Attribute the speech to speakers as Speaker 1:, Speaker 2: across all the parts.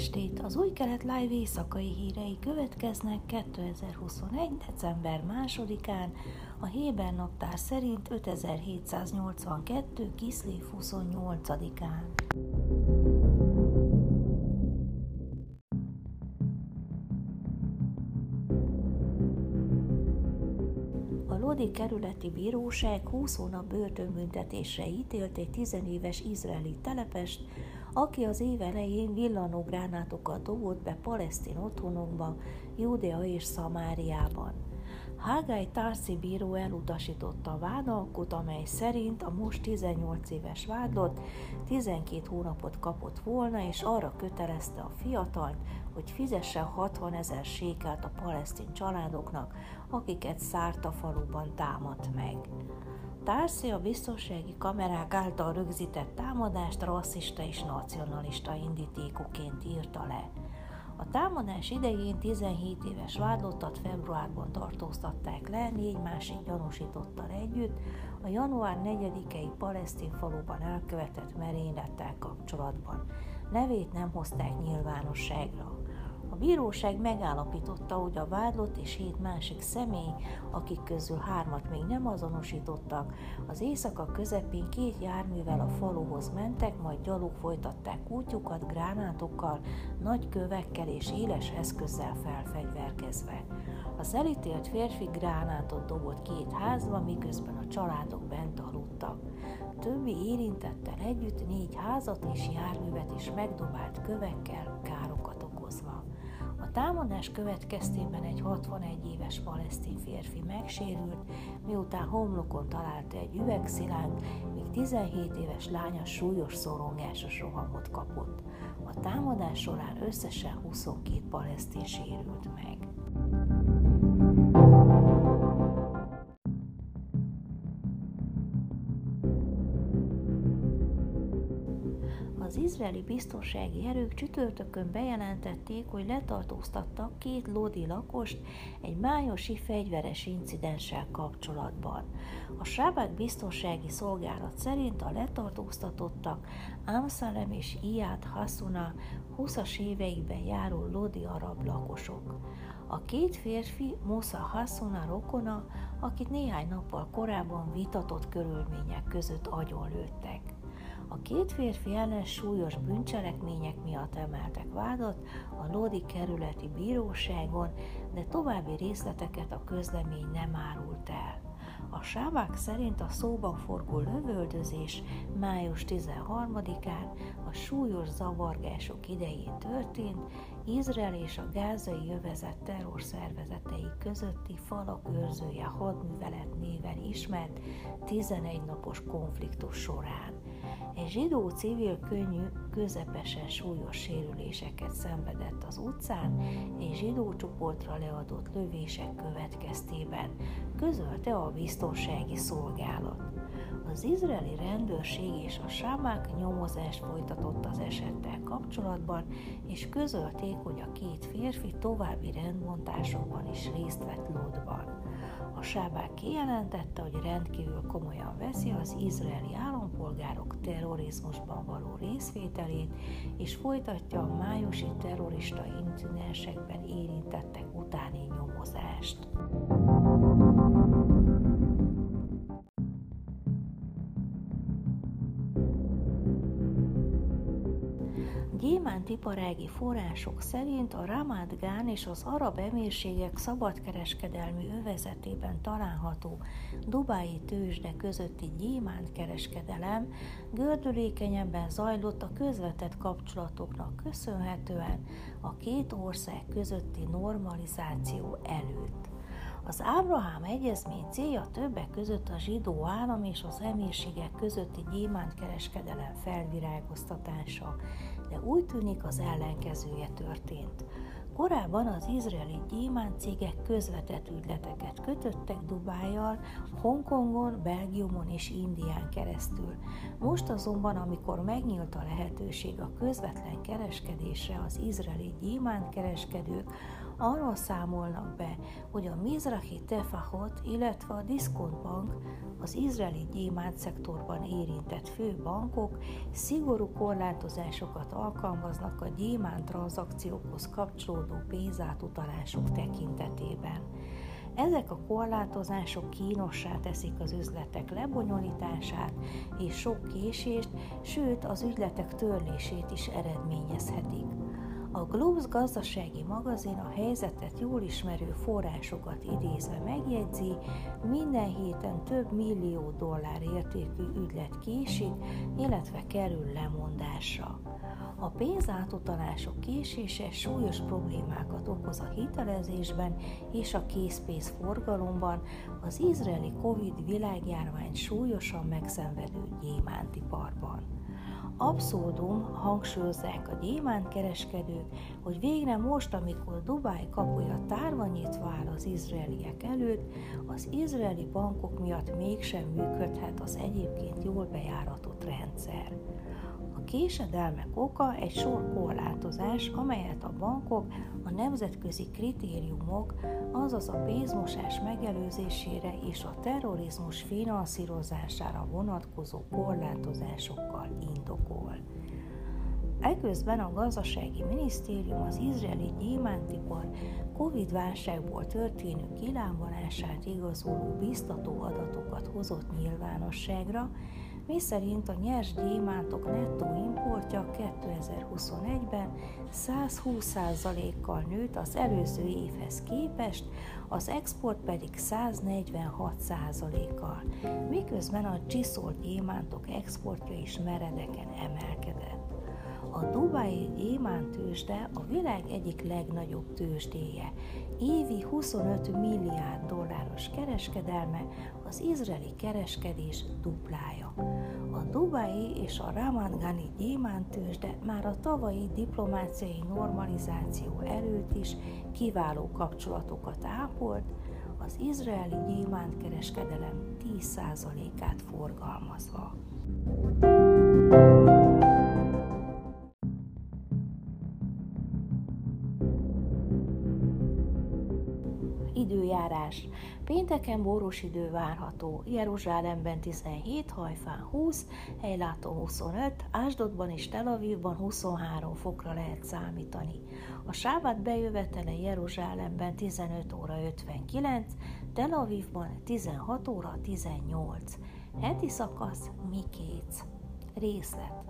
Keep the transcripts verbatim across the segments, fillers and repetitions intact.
Speaker 1: estét! Az Új Kelet Live éjszakai hírei következnek kétezer-huszonegy. december másodikán, a Héber naptár szerint ötezer-hétszáznyolcvankettő. Kiszlév huszonnyolcadikán. A Lodi kerületi bíróság húsz hónap börtönbüntetésre ítélt egy tizenéves izraeli telepest, aki az év elején villanógránátokat dobott be palesztin otthonokba, Júdea és Szamáriában. Hágai Tarci bíró elutasította a vádalkot, amely szerint a most tizennyolc éves vádlott tizenkét hónapot kapott volna, és arra kötelezte a fiatalt, hogy fizessen hatvanezer sékelt a palesztin családoknak, akiket Szárta faluban támadt meg. Tarci a biztonsági kamerák által rögzített támadást rasszista és nacionalista indítékoként írta le. A támadás idején tizenhét éves vádlottat februárban tartóztatták le négy másik gyanúsítottal együtt a január negyedikei palesztin faluban elkövetett merénylettel kapcsolatban. Nevét nem hozták nyilvánosságra. A bíróság megállapította, hogy a vádlott és hét másik személy, akik közül hármat még nem azonosítottak, az éjszaka közepén két járművel a faluhoz mentek, majd gyalog folytatták útjukat gránátokkal, nagy kövekkel és éles eszközzel felfegyverkezve. Az elítélt férfi gránátot dobott két házba, miközben a családok bent aludtak. Többi érintettel együtt négy házat és járművet is megdobált kövekkel, károkat okozva. A támadás következtében egy hatvanegy éves palesztin férfi megsérült, miután homlokon találta egy üvegszilánt, míg tizenhét éves lánya súlyos szorongásos rohamot kapott. A támadás során összesen huszonkét palesztin sérült meg. Az izraeli biztonsági erők csütörtökön bejelentették, hogy letartóztattak két lodi lakost egy májusi fegyveres incidenssel kapcsolatban. A Sábák biztonsági szolgálat szerint a letartóztatottak Amszalem és Iyad Haszuna húszas éveikben járó lodi arab lakosok. A két férfi Musa Haszuna rokona, akit néhány nappal korábban vitatott körülmények között agyonlőttek. A két férfi ellen súlyos bűncselekmények miatt emeltek vádat a Lodi kerületi bíróságon, de további részleteket a közlemény nem árult el. A Sábák szerint a szóban forgó lövöldözés május tizenharmadikán a súlyos zavargások idején történt, Izrael és a gázai övezet terrorszervezetei közötti falak őrzője hadművelet néven ismert tizenegy napos konfliktus során. Egy zsidó civil könnyű, közepesen súlyos sérüléseket szenvedett az utcán, egy zsidó csoportra leadott lövések következtében, közölte a biztonsági szolgálat. Az izraeli rendőrség és a Sábák nyomozást folytatott az esettel kapcsolatban, és közölték, hogy a két férfi további rendbontásokban is részt vett Lodban. A Sábák kijelentette, hogy rendkívül komolyan veszi az izraeli állampolgárok terrorizmusban való részvételét, és folytatja a májusi terrorista incidensekben érintettek utáni nyomozást. Gyémántiparági források szerint a Ramat Gan és az Arab Emírségek szabadkereskedelmi övezetében található dubái tőzsde közötti gyémántkereskedelem gördülékenyebben zajlott a közvetett kapcsolatoknak köszönhetően a két ország közötti normalizáció előtt. Az Ábrahám egyezmény célja többek között a zsidó állam és az emírségek közötti gyémántkereskedelem felvirágoztatása, de úgy tűnik az ellenkezője történt. Korábban az izraeli gyémántcégek közvetett ügyleteket kötöttek Dubájjal, Hongkongon, Belgiumon és Indián keresztül. Most azonban, amikor megnyílt a lehetőség a közvetlen kereskedésre, az izraeli gyémántkereskedők arról számolnak be, hogy a Mizrahi Tefahot, illetve a Diszkont Bank, az izraeli gyémánt szektorban érintett fő bankok szigorú korlátozásokat alkalmaznak a gyémánt tranzakciókhoz kapcsolódó pénzátutalások tekintetében. Ezek a korlátozások kínossá teszik az üzletek lebonyolítását és sok késést, sőt az ügyletek törlését is eredményezhetik. A Globes gazdasági magazin a helyzetet jól ismerő forrásokat idézve megjegyzi, minden héten több millió dollár értékű ügylet késik, illetve kerül lemondásra. A pénzátutalások késése súlyos problémákat okoz a hitelezésben és a készpénz forgalomban az izraeli Covid világjárvány súlyosan megszenvedő gyémántiparban. Abszurdum, hangsúlyozzák a gyémántkereskedők, hogy végre most, amikor Dubáj kapuja tárva nyitva áll az izraeliek előtt, az izraeli bankok miatt mégsem működhet az egyébként jól bejáratott rendszer. A késedelmek oka egy sor korlátozás, amelyet a bankok a nemzetközi kritériumok, azaz a pénzmosás megelőzésére és a terrorizmus finanszírozására vonatkozó korlátozásokkal indokol. Eközben a gazdasági minisztérium az izraeli gyémántipar Covid-válságból történő kilábalását igazoló biztató adatokat hozott nyilvánosságra, miszerint a nyers gyémántok nettó importja kétezer-huszonegyben száz húsz százalékkal nőtt az előző évhez képest, az export pedig száz negyvenhat százalékkal, miközben a csiszolt gyémántok exportja is meredeken emelkedett. A dubái gyémántőzsde a világ egyik legnagyobb tőzsdéje, évi huszonöt milliárd dolláros kereskedelme, az izraeli kereskedés duplája. A dubái és a Ramat Gani gyémántőzsde már a tavalyi diplomáciai normalizáció előtt is kiváló kapcsolatokat ápolt, az izraeli gyémántkereskedelem tíz százalékát forgalmazva. Időjárás. Pénteken borús idő várható, Jeruzsálemben tizenhét, Hajfán húsz, Ejláton huszonöt, Ásdodban és Tel Avivban huszonhárom fokra lehet számítani. A sábát bejövetele Jeruzsálemben tizenöt óra ötvenkilenc, Tel Avivban tizenhat óra tizennyolc. Heti szakasz Mikét. Részlet.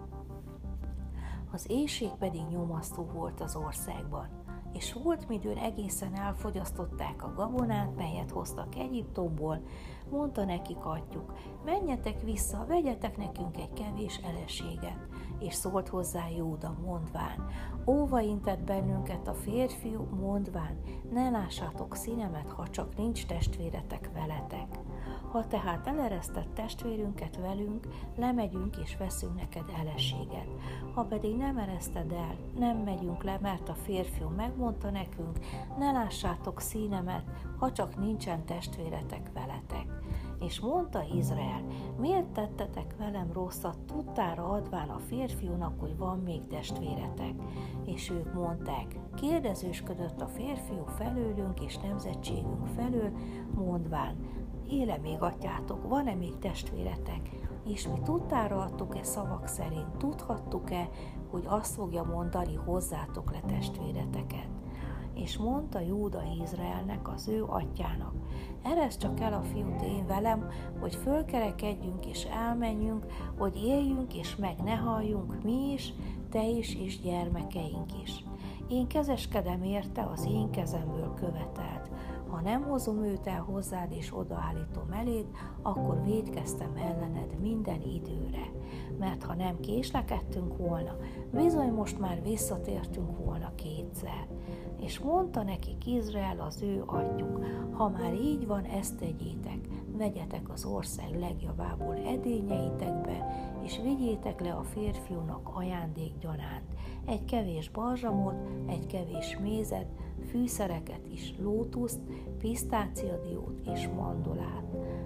Speaker 1: Az éhség pedig nyomasztó volt az országban, és volt midőn egészen elfogyasztották a gabonát, melyet hoztak Egyiptomból, mondta nekik atyjuk, menjetek vissza, vegyetek nekünk egy kevés eleséget, és szólt hozzá Júda, mondván, óva intett bennünket a férfiú, mondván, ne lássátok színemet, ha csak nincs testvéretek veletek. Ha tehát eleresztett testvérünket velünk, lemegyünk és veszünk neked eleséget. Ha pedig nem ereszted el, nem megyünk le, mert a férfiú megmondta nekünk, ne lássátok színemet, ha csak nincsen testvéretek veletek. És mondta Izrael, miért tettetek velem rosszat, tudtára adván a férfiúnak, hogy van még testvéretek? És ők mondták, kérdezősködött a férfiú felőlünk és nemzetségünk felől, mondván, éle még atyátok, van-e még testvéretek? És mi tudtára adtuk-e szavak szerint, tudhattuk-e, hogy azt fogja mondani, hozzátok le testvéreteket? És mondta Júda Izraelnek, az ő atyának, ereszd csak el a fiút én velem, hogy fölkerekedjünk és elmenjünk, hogy éljünk és meg ne halljunk mi is, te is és gyermekeink is. Én kezeskedem érte, az én kezemből követelt. Ha nem hozom őt el hozzád és odaállítom eléd, akkor vétkeztem ellened minden időre. Mert ha nem késlekedtünk volna, bizony most már visszatértünk volna kétszer. És mondta nekik Izrael, az ő atyjuk, ha már így van, ezt tegyétek, vegyetek az ország legjavából edényeitekbe, és vigyétek le a férfiúnak ajándék gyanánt, egy kevés balzsamot, egy kevés mézet, fűszereket is, lótuszt, pisztáciadiót és mandolát.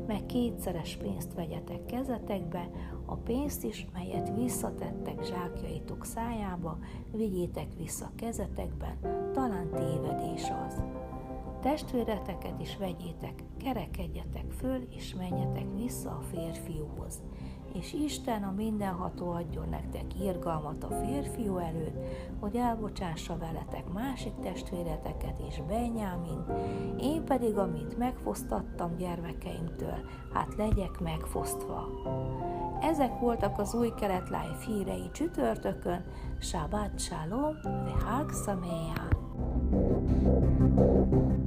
Speaker 1: meg kétszeres pénzt vegyetek kezetekbe, a pénzt is, melyet visszatettek zsákjaitok szájába, vigyétek vissza kezetekben, talán tévedés az. Testvéreteket is vegyétek, kerekedjetek föl, és menjetek vissza a férfiúhoz. És Isten a mindenható adjon nektek irgalmat a férfiú előtt, hogy elbocsássa veletek másik testvéreteket és Benyámint, én pedig, amit megfosztattam gyermekeimtől, hát legyek megfosztva. Ezek voltak az új kelet life hírei csütörtökön. Shabbat shalom, ve Hag Sameach.